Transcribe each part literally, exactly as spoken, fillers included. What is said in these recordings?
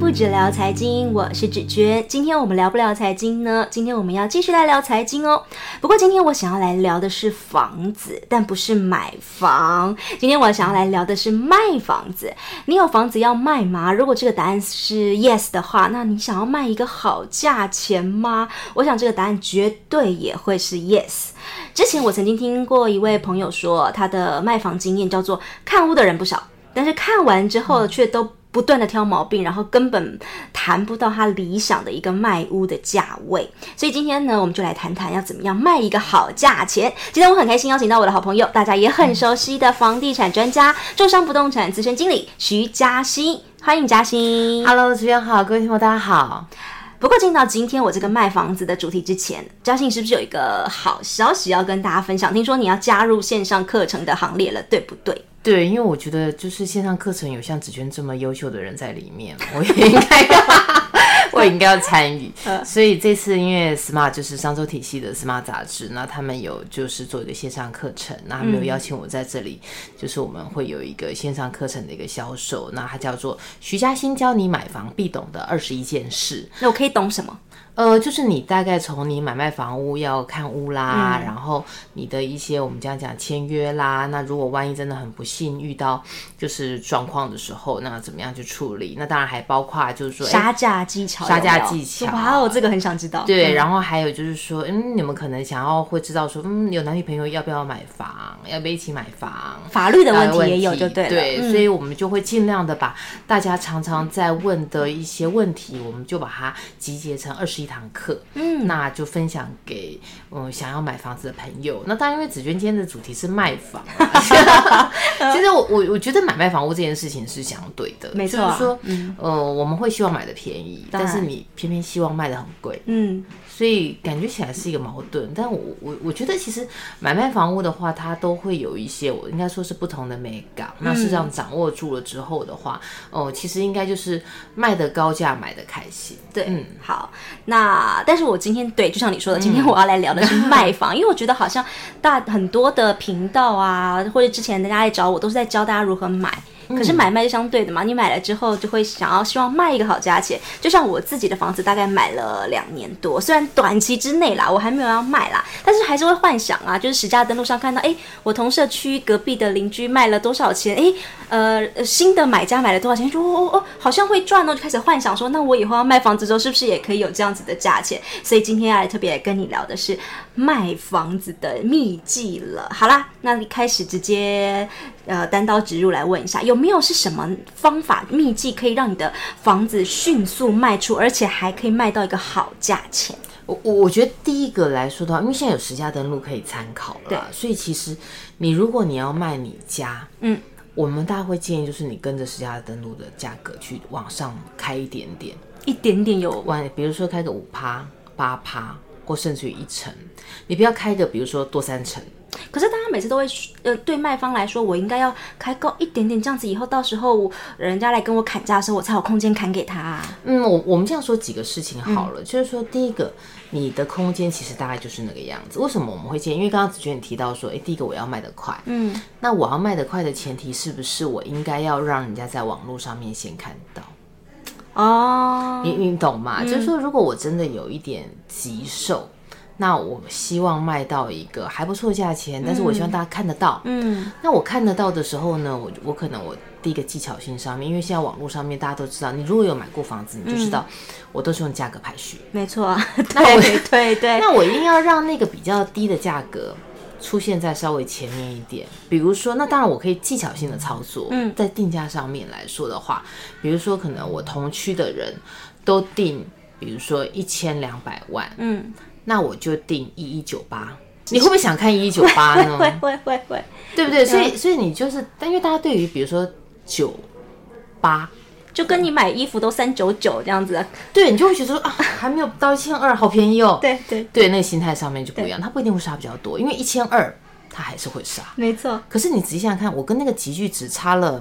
不只聊财经，我是芷娟。今天我们聊不聊财经呢？今天我们要继续来聊财经哦。不过今天我想要来聊的是房子，但不是买房。今天我想要来聊的是卖房子。你有房子要卖吗？如果这个答案是 yes 的话，那你想要卖一个好价钱吗？我想这个答案绝对也会是 yes。之前我曾经听过一位朋友说，他的卖房经验叫做看屋的人不少，但是看完之后却都不断的挑毛病，然后根本谈不到他理想的一个卖屋的价位。所以今天呢，我们就来谈谈要怎么样卖一个好价钱。今天我很开心邀请到我的好朋友，大家也很熟悉的房地产专家、众商不动产资深经理徐嘉欣，欢迎嘉欣。 Hello， 主持人好，各位听众大家好。 不过进到今天我这个卖房子的主题之前，嘉欣是不是有一个好消息要跟大家分享？听说你要加入线上课程的行列了，对不对？ 对，因为我觉得就是线上课程有像芷娟这么优秀的人在里面，我也应该要我也应该要参与。所以这次因为 Smart 就是商周体系的 Smart 杂志，那他们有就是做一个线上课程，那他们有邀请我在这里，嗯、就是我们会有一个线上课程的一个销售，那它叫做徐嘉欣教你买房必懂的二十一件事。 那我可以懂什么？ 呃，就是你大概从你买卖房屋要看屋啦、嗯，然后你的一些我们这样讲签约啦，那如果万一真的很不幸遇到就是状况的时候，那怎么样去处理？那当然还包括就是说杀价技巧有没有， 杀价技巧， 哇哦，这个很想知道。 对， 嗯、 然后还有就是说，嗯，你们可能想要会知道说，嗯，有男女朋友要不要买房，要不要一起买房？ 法律的问题也有就对了。 对、 嗯， 所以我们就会尽量的把大家常常在问的一些问题，我们就把它集结成二十一堂课。嗯，那就分享给嗯想要买房子的朋友。那当然，因为芷娟今天的主题是卖房，其实我我我觉得买卖房屋这件事情是相对的， 没错、啊， 就是说， 嗯、 呃，我们会希望买的便宜，但是你偏偏希望卖的很贵，嗯。所以感觉起来是一个矛盾，但我我我觉得其实买卖房屋的话，它都会有一些我应该说是不同的美感。那事实上掌握住了之后的话，哦、呃，其实应该就是卖的高价，买的开心。 对，嗯，好。那但是我今天对，就像你说的，今天我要来聊的是卖房，嗯、因为我觉得好像大很多的频道啊，或者之前大家来找我，都是在教大家如何买。可是买卖就相对的嘛，你买了之后就会想要希望卖一个好价钱。就像我自己的房子大概买了两年多，虽然短期之内啦，我还没有要卖啦，但是还是会幻想啊，就是实价登录上看到，哎，我同社区隔壁的邻居卖了多少钱，哎，呃，新的买家买了多少钱，就哦哦，好像会赚哦，就开始幻想说，那我以后要卖房子之后是不是也可以有这样子的价钱？所以今天要来特别来跟你聊的是卖房子的秘技了。好啦，那一开始直接呃单刀直入来问一下，有没有是什么方法秘技可以让你的房子迅速卖出，而且还可以卖到一个好价钱？ 我我觉得第一个来说的话，因为现在有实价登录可以参考了，所以其实你如果你要卖你家，嗯，我们大家会建议就是你跟着实价登录的价格去往上开一点点， 一点点有， 比如说开个五趴、八趴，或甚至于一成，你不要开个比如说多三成。 可是大家每次都会，呃，对卖方来说，我应该要开高一点点，这样子以后到时候人家来跟我砍价的时候，我才有空间砍给他、啊。嗯， 我我们这样说几个事情好了，嗯、就是说，第一个，你的空间其实大概就是那个样子。为什么我们会建议？因为刚刚芷娟你提到说，哎，第一个我要卖得快，嗯，那我要卖得快的前提是不是我应该要让人家在网络上面先看到？哦，你你懂吗？嗯、就是说，如果我真的有一点急售。那我希望卖到一个还不错的价钱，但是我希望大家看得到。嗯，那我看得到的时候呢，我我可能我第一个技巧性上面，因为现在网络上面大家都知道，你如果有买过房子，你就知道、嗯、我都是用价格排序。 没错啊，对对对。 那我一定要让那个比较低的价格出现在稍微前面一点。比如说，那当然我可以技巧性的操作。嗯，在定价上面来说的话，比如说可能我同区的人都定，比如说一千两百万。嗯。那我就定一一九八，你会不会想看一一九八呢？ 会会会会， 对不对？所以所以你就是，但因为大家对于比如说九八， 就跟你买衣服都三九九这样子， 对，你就会觉得说啊，还没有到一千二，好便宜哦。 对对对，那个心态上面就不一样，它不一定会杀比较多，因为一千二它还是会杀， 没错。 可是你仔细想想看，我跟那个集聚只差了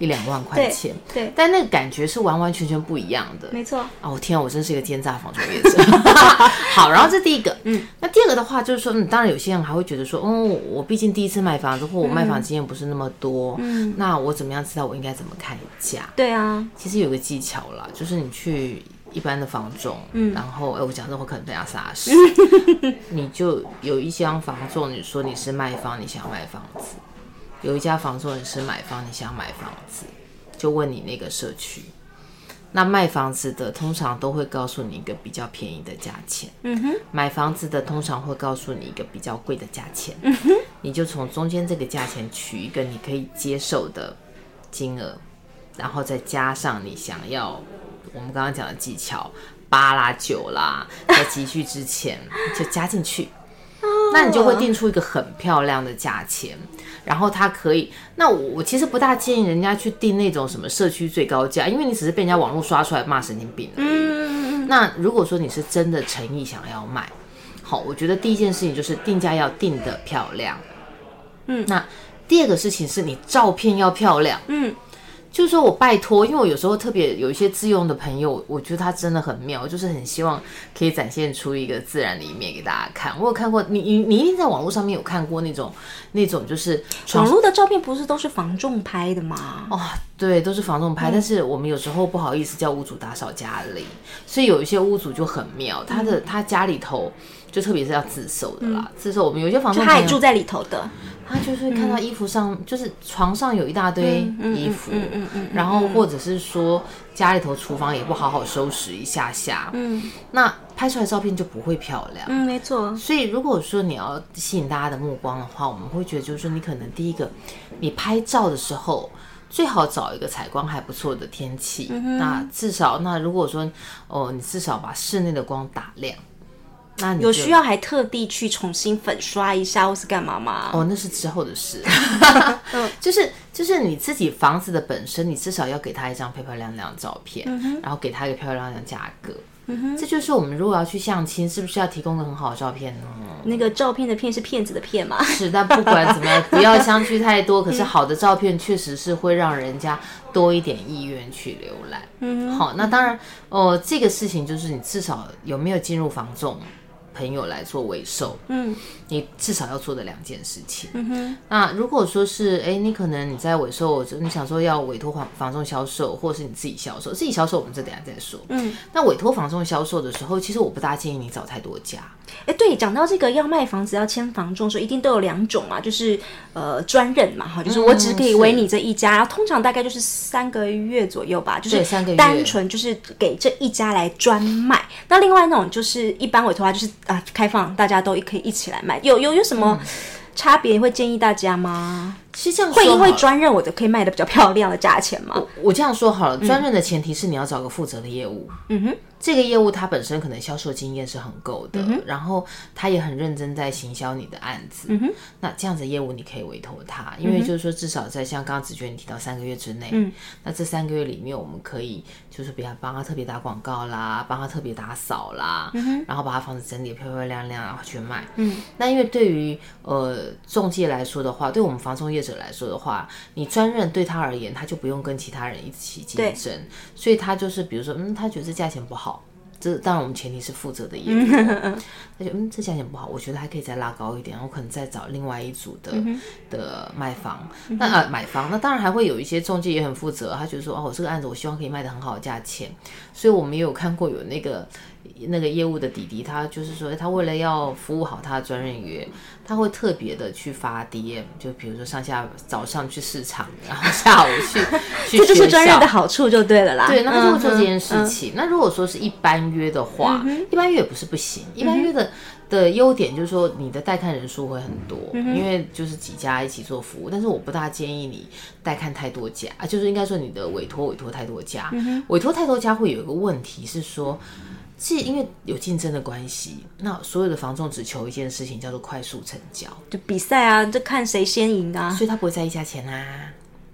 一两万块钱， 对，对但那个感觉是完完全全不一样的。 没错。 啊，我天啊，我真是一个奸诈房仲业者。好，然后这第一个，嗯，那第二个的话就是说，嗯，当然有些人还会觉得说，哦，我毕竟第一次买房子，或我卖房经验不是那么多，嗯，那我怎么样知道我应该怎么开价？ 对啊， 其实有个技巧啦，就是你去一般的房仲，嗯，然后哎，我讲这我可能被他杀死，你就有一箱房仲，你说你是卖方，你想卖房子。有一家房仲你是买方，你想买房子，就问你那个社区。那卖房子的通常都会告诉你一个比较便宜的价钱，嗯哼。买房子的通常会告诉你一个比较贵的价钱，嗯哼。你就从中间这个价钱取一个你可以接受的金额，然后再加上你想要我们刚刚讲的技巧八啦九啦，在集聚之前就加进去。那你就会定出一个很漂亮的价钱，然后它可以，那我我其实不大建议人家去定那种什么社区最高价，因为你只是被人家网络刷出来骂神经病而已。嗯，那如果说你是真的诚意想要卖，好，我觉得第一件事情就是定价要定得漂亮。嗯，那第二个事情是你照片要漂亮。嗯。就是说我拜托，因为我有时候特别有一些自用的朋友，我觉得他真的很妙，就是很希望可以展现出一个自然的一面给大家看。我有看过，你你你一定在网络上面有看过那种那种就是网络的照片，不是都是房仲拍的吗？ 哦，对，都是房仲拍，嗯，但是我们有时候不好意思叫屋主打扫家里，所以有一些屋主就很妙，他的、嗯、他家里头就特别是要自售的啦，嗯、自售我们有些房仲就他也住在里头的。 他就是会看到衣服上，嗯、就是床上有一大堆衣服，嗯嗯嗯、然后或者是说家里头厨房也不好好收拾一下下，嗯，那拍出来的照片就不会漂亮， 嗯，没错。 所以如果说你要吸引大家的目光的话，我们会觉得就是说你可能第一个，你拍照的时候最好找一个采光还不错的天气，嗯、那至少那如果说哦，你至少把室内的光打亮。那你有需要还特地去重新粉刷一下或是干嘛吗？ 哦，那是之后的事。就是就是你自己房子的本身，你至少要给他一张漂漂亮亮的照片，嗯、然后给他一个漂漂亮亮的价格。嗯、这就是我们如果要去相亲，是不是要提供个很好的照片呢？ 那个照片的片是骗子的骗嘛？ 是，但不管怎么样，不要相距太多。可是好的照片确实是会让人家多一点意愿去浏览。嗯，好，那当然，哦，这个事情就是你至少有没有进入房仲朋友来做委售，嗯，你至少要做的两件事情。嗯哼，那如果说是，哎，你可能你在委售，你想说要委托房房仲销售，或者是你自己销售，自己销售我们这等一下再说。嗯，那委托房仲销售的时候，其实我不大建议你找太多家。 哎，对，讲到这个要卖房子要签房仲的时候，一定都有两种嘛，就是呃专任嘛，哈，就是我只可以委你这一家，嗯、然后通常大概就是三个月左右吧，就是单纯就是给这一家来专卖。那另外那种就是一般委托啊，就是啊开放大家都可以一起来卖，有有有什么差别？会建议大家吗？ 其实这样会因为专任我就可以卖的比较漂亮的价钱吗？ 我, 我这样说好了，专任的前提是你要找个负责的业务。嗯哼。这个业务他本身可能销售经验是很够的，嗯、然后他也很认真在行销你的案子。嗯、那这样子的业务你可以委托他，因为就是说至少在像刚刚子娟你提到三个月之内，嗯、那这三个月里面我们可以就是比他帮他特别打广告啦，帮他特别打扫啦，嗯、然后把他房子整理漂漂亮亮，然后去卖。嗯、那因为对于呃中介来说的话，对我们房仲业者来说的话，你专任对他而言，他就不用跟其他人一起竞争，所以他就是比如说，嗯，他觉得这价钱不好。这当然我们前提是负责的业务，他就嗯这价钱不好，我觉得还可以再拉高一点，我可能再找另外一组的、嗯、的卖方，那呃买方，那当然还会有一些中介也很负责，他觉得说哦，我这个案子我希望可以卖得很好的价钱，所以我们也有看过有那个那个业务的弟弟，他就是说他为了要服务好他的专任约，他会特别的去发 D M， 就比如说上下早上去市场，然后下午去去这就是专任的好处就对了啦。 对，那他就会做这件事情。嗯、那如果说是一般约的话，嗯、一般约也不是不行，一般约的、嗯、的优点就是说你的带看人数会很多，嗯、因为就是几家一起做服务，但是我不大建议你带看太多家，就是应该说你的委托委托太多家，嗯、委托太多家会有一个问题是说。是因为有竞争的关系，那所有的房仲只求一件事情，叫做快速成交， 就比赛啊，就看谁先赢啊， 所以他不会在意价钱啊。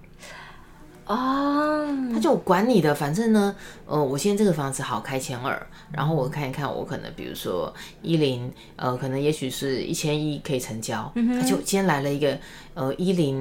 哦，他就管你的，反正呢，呃，我现在这个房子好开千二，然后我看一看，我可能比如说一零，呃，可能也许是一千一可以成交，嗯、他就今天来了一个呃一零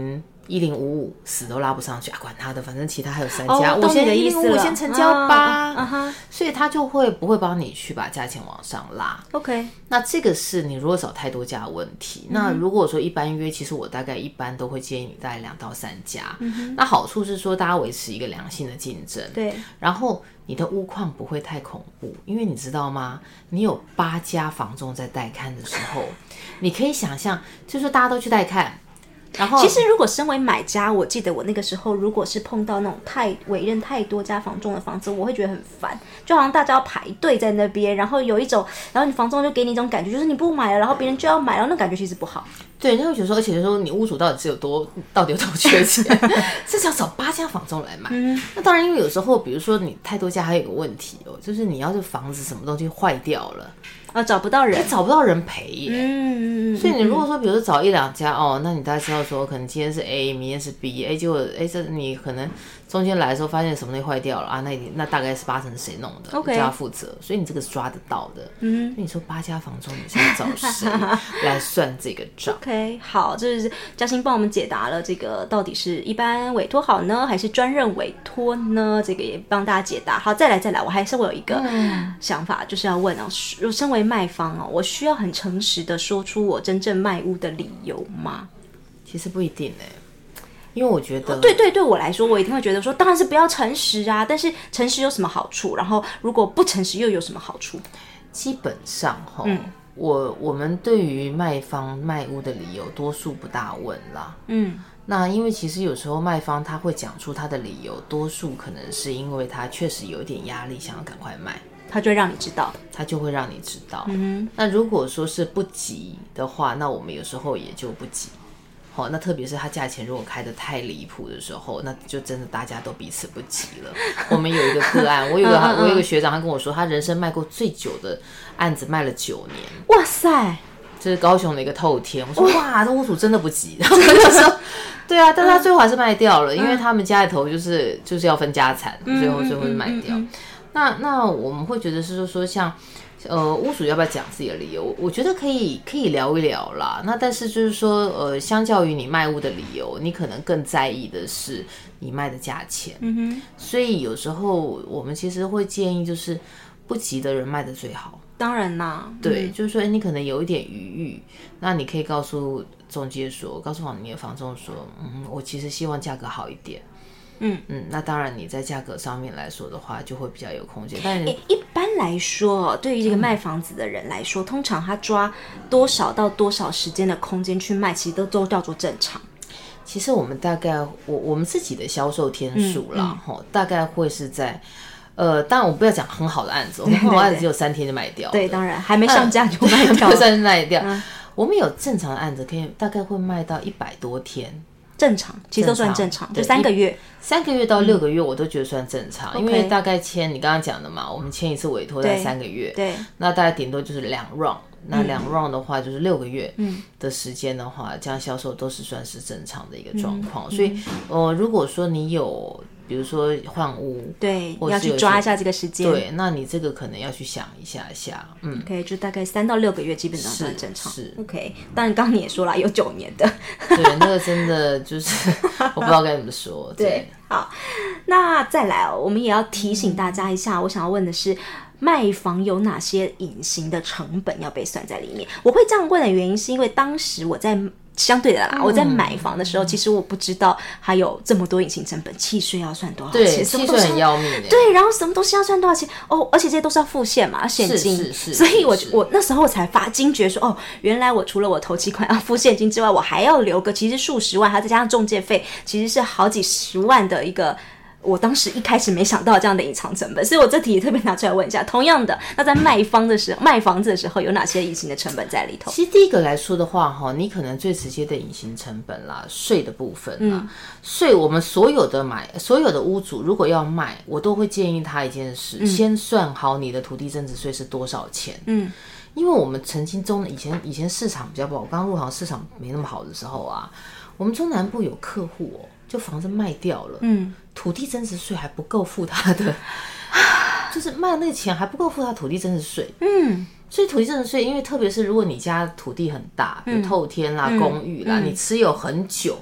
一零五五死都拉不上去啊，管他的，反正其他还有三家， 哦、 我先一零五我先成交吧， 啊啊、 所以他就会不会帮你去把价钱往上拉。 OK， 那这个是你如果找太多家的问题。嗯、那如果说一般约，其实我大概一般都会建议你大概两到三家。嗯、那好处是说大家维持一个良性的竞争， 对， 然后你的屋况不会太恐怖，因为你知道吗？你有八家房仲在带看的时候，你可以想象，就是说大家都去带看。然后， 其实如果身为买家，我记得我那个时候，如果是碰到那种太委任太多家房仲的房子，我会觉得很烦，就好像大家要排队在那边，然后有一种，然后你房仲就给你一种感觉，就是你不买了，然后别人就要买，然后那感觉其实不好。 对，那会觉得说，而且就是说你屋主到底是有多，到底有多缺钱，至少找八家房仲来买。嗯、那当然，因为有时候，比如说你太多家，还有一个问题哦，就是你要是房子什么东西坏掉了。 啊、哦，找不到人， 找不到人赔耶。 嗯， 所以你如果说，比如说找一两家哦，那你大概知道说，可能今天是 A， 明天是 B， 哎，结果哎，这你可能中间来的时候发现什么东西坏掉了啊，那那大概是八成是谁弄的， OK， 就要负责。所以你这个是抓得到的。嗯，那你说八家房仲，你现在找谁来算这个账 ？OK， 好，这是嘉欣帮我们解答了这个到底是一般委托好呢，还是专任委托呢？这个也帮大家解答。好，再来再来，我还是会有一个想法，嗯、就是要问哦，身为卖方哦，我需要很诚实的说出我真正卖屋的理由吗？ 其实不一定哎，因为我觉得， 对对，对我来说，我一定会觉得说，当然是不要诚实啊。但是诚实有什么好处？然后如果不诚实又有什么好处？ 基本上哈， 嗯、 我我们对于卖方卖屋的理由，多数不大问啦。嗯。那因为其实有时候卖方他会讲出他的理由，多数可能是因为他确实有一点压力，想要赶快卖。 他就会让你知道， 他就会让你知道。嗯、那如果说是不急的话，那我们有时候也就不急。好、哦，那特别是他价钱如果开得太离谱的时候，那就真的大家都彼此不急了。我们有一个个案，我有个我有一个学长，他跟我说，他人生卖过最久的案子卖了九年。 哇塞！ 这是高雄的一个透天。我说哇，这屋主真的不急。然后他就说，对啊，但是他最后还是卖掉了，因为他们家里头就是就是要分家产，最后最后是卖掉。嗯嗯嗯嗯那那我们会觉得是说说像，呃，屋主要不要讲自己的理由？我觉得可以可以聊一聊啦。那但是就是说，呃，相较于你卖屋的理由，你可能更在意的是你卖的价钱。嗯哼。所以有时候我们其实会建议，就是不急的人卖的最好。 当然啦， 对，嗯、就是说你可能有一点余裕，那你可以告诉中介说，告诉房你的房仲说，嗯，我其实希望价格好一点。嗯嗯，那当然，你在价格上面来说的话，就会比较有空间。但一般来说，对于这个卖房子的人来说，嗯、通常他抓多少到多少时间的空间去卖，其实都都叫做正常。 其实我们大概我我们自己的销售天数啦，哈、嗯嗯，大概会是在。呃，当然我不要讲很好的案子，我们很好的案子只有三天就卖掉了。 对，当然还没上架就卖掉了， 三天卖掉。嗯、我们有正常的案子，可以大概会卖到一百多天。 正常，其实都算正常，就三个月， 三个月到六个月，我都觉得算正常，嗯、因为大概签你刚刚讲的嘛，我们签一次委托在三个月， 对， 那大概顶多就是两 round，那两 round 的话就是六个月的时间的话，嗯、这样销售都是算是正常的一个状况，嗯、所以呃，如果说你有。比如说换屋， 对，要去抓一下这个时间。 对，那你这个可能要去想一下下，嗯 ，OK， 就大概三到六个月，基本上算正常。 是 ，OK。当然，刚刚你也说了，有九年的， 对，那个真的就是我不知道该怎么说。对， 对好，那再来哦，我们也要提醒大家一下，嗯、我想要问的是。卖房有哪些隐形的成本要被算在里面？我会这样问的原因是因为当时我在相对的啦，嗯、我在买房的时候，其实我不知道还有这么多隐形成本，契税要算多少钱？ 对，契税很要命。 对，然后什么东西要算多少钱？哦，而且这些都是要付现嘛，现金。 是是是。 所以我我那时候才发惊觉说，哦，原来我除了我头期款要付现金之外，我还要留个其实数十万，还要再加上中介费，其实是好几十万的一个。我当时一开始没想到这样的隐藏成本，所以我这题也特别拿出来问一下。同样的，那在卖方的时候，卖房子的时候，有哪些隐形的成本在里头？ 其实第一个来说的话，哈，你可能最直接的隐形成本啦，税的部分啦，税、嗯、我们所有的买所有的屋主如果要卖，我都会建议他一件事，嗯、先算好你的土地增值税是多少钱。嗯。因为我们曾经中以前以前市场比较不好，我刚入行市场没那么好的时候啊，我们中南部有客户哦，就房子卖掉了，嗯，土地增值税还不够付他的，就是卖的那个钱还不够付他土地增值税，嗯，所以土地增值税，因为特别是如果你家土地很大，有透天啦、嗯、公寓啦，嗯、你持有很久。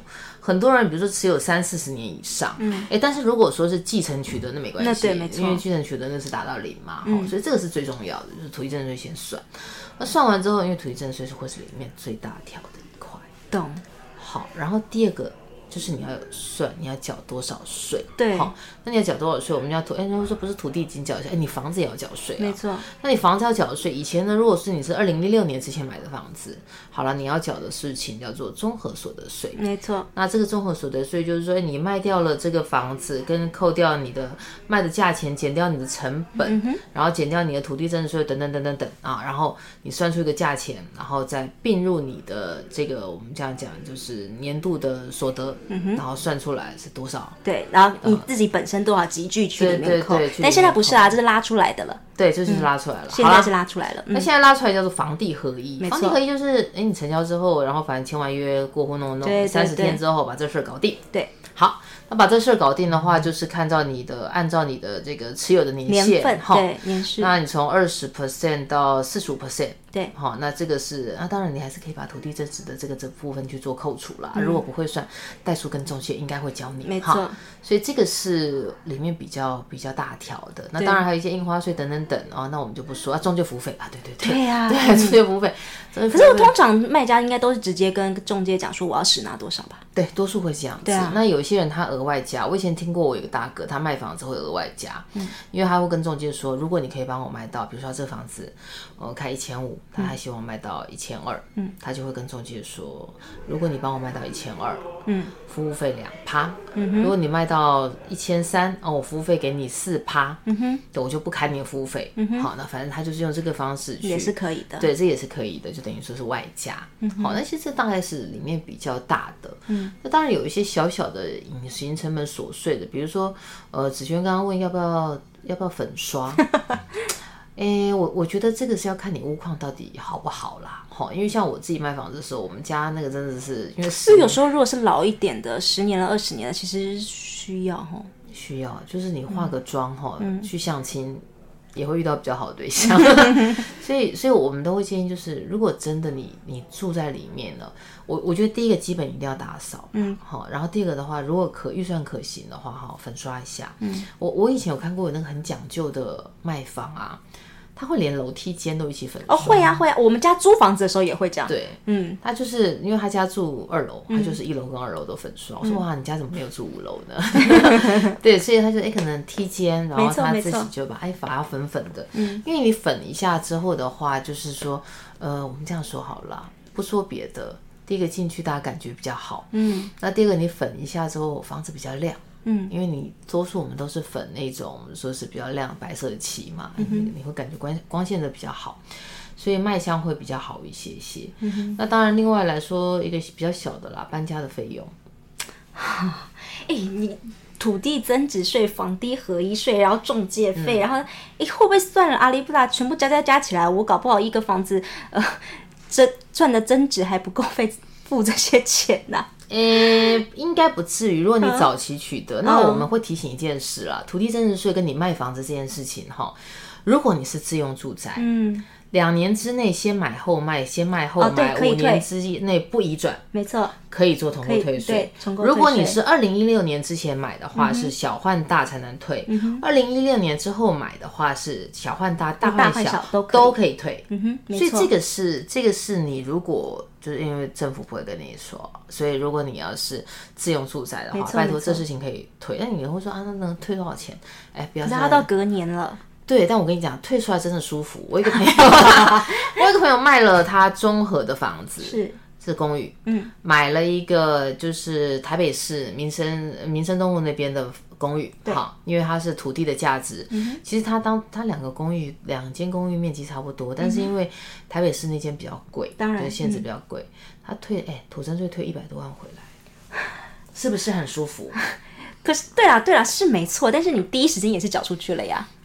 很多人比如说持有三四十年以上，嗯，哎，但是如果说是继承取得，那没关系， 那对，没错， 因为继承取得那是达到零嘛，嗯，所以这个是最重要的，就是土地增值税先算。那算完之后，因为土地增值税是会是里面最大条的一块， 懂？ 好，然后第二个。就是你要有算，你要缴多少税？ 对， 好，那你要缴多少税？我们要土，哎，如果说不是土地已经缴一下，哎，你房子也要缴税啊。 没错。 那你房子要缴的税，以前呢，如果是你是二零一六年之前买的房子，好了，你要缴的事情叫做综合所得税。 没错。 那这个综合所得税就是说，你卖掉了这个房子，跟扣掉你的卖的价钱，减掉你的成本，嗯、然后减掉你的土地增值税等等等等等啊，然后你算出一个价钱，然后再并入你的这个我们这样讲就是年度的所得。嗯、然后算出来是多少？ 对，然后你自己本身多少集聚去里面扣， 对对对， 但现在不是啊，这是拉出来的了。 对，这就是拉出来了。嗯、 现在是拉出来了。 嗯、那现在拉出来叫做房地合一。房地合一就是，哎，你成交之后，然后反正签完约、过户弄弄，三十天之后把这事儿搞定。 对， 好。那把这事儿搞定的话，就是看照你的，按照你的这个持有的年限， 年份，对，年数。 那你从二十 percent 到四十五 percent， 对， 好，那这个是，那当然你还是可以把土地增值的这个这部分去做扣除啦。嗯、如果不会算，代书跟中介应该会教你， 没错。 所以这个是里面比较比较大条的。那当然还有一些印花税等等等哦，那我们就不说啊，中介服务费啊，对对对， 对呀、啊， 对，中介服务费。 可是我通常卖家应该都是直接跟中介讲说我要实拿多少吧？ 对，多数会这样子。啊、那有一些人他额外加，我以前听过我有个大哥，他卖房子会额外加，嗯，因为他会跟中介说，如果你可以帮我卖到，比如说这个房子，我开一千五，他还希望卖到一千二，嗯，他就会跟中介说，如果你帮我卖到一千二，嗯，服务费两趴，嗯，如果你卖到一千三，哦，我服务费给你四趴，嗯哼，对，我就不砍你的服务费，嗯哼，好，那反正他就是用这个方式去， 也是可以的， 对，这也是可以的，就等于说是外加，嗯，好，那其实这大概是里面比较大的，嗯，那当然有一些小小的隐形成本琐碎的，比如说，呃，子轩刚刚问要不要要不要粉刷，哎，我我觉得这个是要看你屋况到底好不好啦，哈，因为像我自己卖房子的时候，我们家那个真的是因为因为有时候如果是老一点的，十年了、二十年了，其实需要哈， 需要就是你化个妆哈、嗯，去相亲。也会遇到比较好的对象，所以所以我们都会建议，就是如果真的你你住在里面了，我我觉得第一个基本一定要打扫，嗯，好，然后第二个的话，如果可预算可行的话，哈，粉刷一下，嗯，我我以前有看过有那个很讲究的卖房啊。他会连楼梯间都一起粉刷。 哦，会啊会啊，我们家租房子的时候也会这样。 对，嗯，他就是因为他家住二楼，他就是一楼跟二楼都粉刷。嗯、我说哇，你家怎么没有住五楼呢？对，所以他就哎、欸、可能梯间，然后他自己就把哎把它粉粉的，嗯，因为你粉一下之后的话，就是说，呃，我们这样说好了，不说别的，第一个进去大家感觉比较好，嗯，那第二个你粉一下之后，房子比较亮。嗯，因为你多数我们都是粉那种说是比较亮白色的漆嘛，嗯、你会感觉光光线的比较好，所以卖相会比较好一些些。嗯、那当然，另外来说一个比较小的啦，搬家的费用。 哎、欸，你土地增值税、房地合一税，然后中介费，嗯、然后哎、欸、会不会算了阿里不达全部加加加起来，我搞不好一个房子呃这赚的增值还不够费付这些钱呐、啊。 呃，应该不至于。如果你早期取得，嗯、那我们会提醒一件事啦，土地增值税跟你卖房子这件事情哈，如果你是自用住宅，嗯，两年之内先买后卖，先卖后买，哦、五年之内不移转， 没错， 可以做同购退税。如果你是二零一六年之前买的话，嗯、是小换大才能退；二零一六年之后买的话，是小换大、大换小, 小都可都可以退。嗯哼，所以这个是这个是你如果。就是因为政府不会跟你说，所以如果你要是自用住宅的话，拜托这事情可以退。那你会说啊，那能退多少钱？哎，不要。 那到隔年了。 对，但我跟你讲，退出来真的舒服。我一个朋友，我有一个朋友卖了他中和的房子，是是公寓，嗯，买了一个就是台北市民生民生东路那边的公寓，好，因为它是土地的价值。嗯、其实它当它两个公寓，两间公寓面积差不多，但是因为台北市那间比较贵，当然限制比较贵，他退哎土增税退一百多万回来，是不是很舒服？ 可是对啦对啦是没错，但是你第一时间也是缴出去了呀。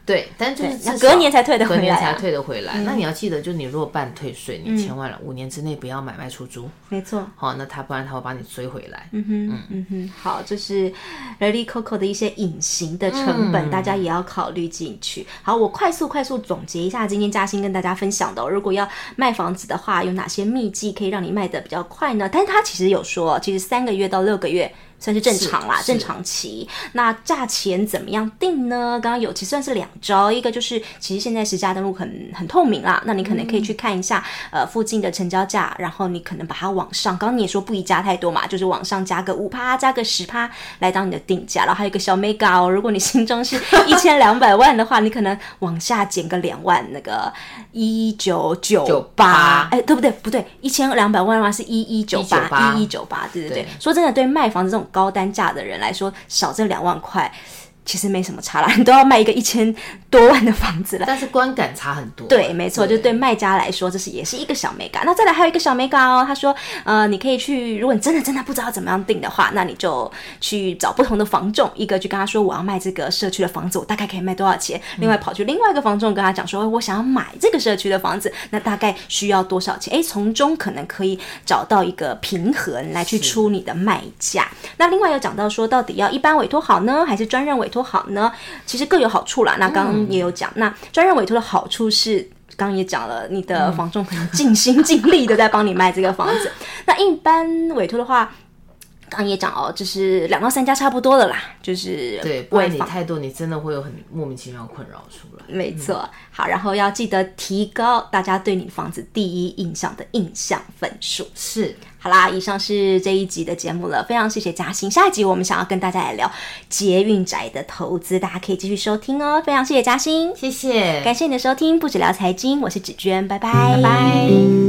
对，但就是那隔年才退得回来、啊， 隔年才退得回来。嗯、那你要记得，就你如果办退税，你千万了、嗯、五年之内不要买卖出租， 没错。 好，那他不然他会把你追回来。 嗯哼，嗯嗯哼，好，这是 Lily Coco 的一些隐形的成本、嗯，大家也要考虑进去。好，我快速快速总结一下今天嘉欣跟大家分享的、哦，如果要卖房子的话，有哪些秘籍可以让你卖得比较快呢？但是他其实有说，其实三个月到六个月。算是正常啦，正常期。那价钱怎么样定呢？刚刚有其实算是两招，一个就是其实现在实价登录很很透明啦，那你可能可以去看一下、嗯、呃附近的成交价，然后你可能把它往上，刚刚你也说不宜加太多嘛，就是往上加个 百分之五 加个 百分之十 来当你的定价。然后还有一个小 mega 哦，如果你心中是一千两百万的话，你可能往下减个两万，那个一九九八，哎，对不对？不对，一千两百万的话是一一九八，一一九八，对对对。说真的，对卖房子这种高单价的人来说，少这两万块其实没什么差啦，你都要卖一个一千多万的房子了， 但是观感差很多。 对，没错，就对卖家来说，这是也是一个小美感。那再来还有一个小美感哦，他说，呃，你可以去，如果你真的真的不知道怎么样定的话，那你就去找不同的房仲，一个就跟他说我要卖这个社区的房子，我大概可以卖多少钱？嗯、另外跑去另外一个房仲跟他讲说，我想要买这个社区的房子，那大概需要多少钱？哎，从中可能可以找到一个平衡来去出你的卖价。那另外有讲到说，到底要一般委托好呢，还是专任委托好呢？其实各有好处啦。那刚刚也有讲，嗯、那专任委托的好处是，刚刚也讲了，你的房仲可能尽心尽力的在帮你卖这个房子。那一般委托的话，刚刚也讲哦，就是两到三家差不多的啦，就是对，不然你太多，你真的会有很莫名其妙的困扰出来。 没错、嗯，好，然后要记得提高大家对你房子第一印象的印象分数。 是， 好啦，以上是这一集的节目了，非常谢谢嘉欣。下一集我们想要跟大家来聊捷运宅的投资，大家可以继续收听哦。非常谢谢嘉欣， 谢谢， 感谢你的收听，不只聊财经，我是芷娟，拜拜， 拜拜。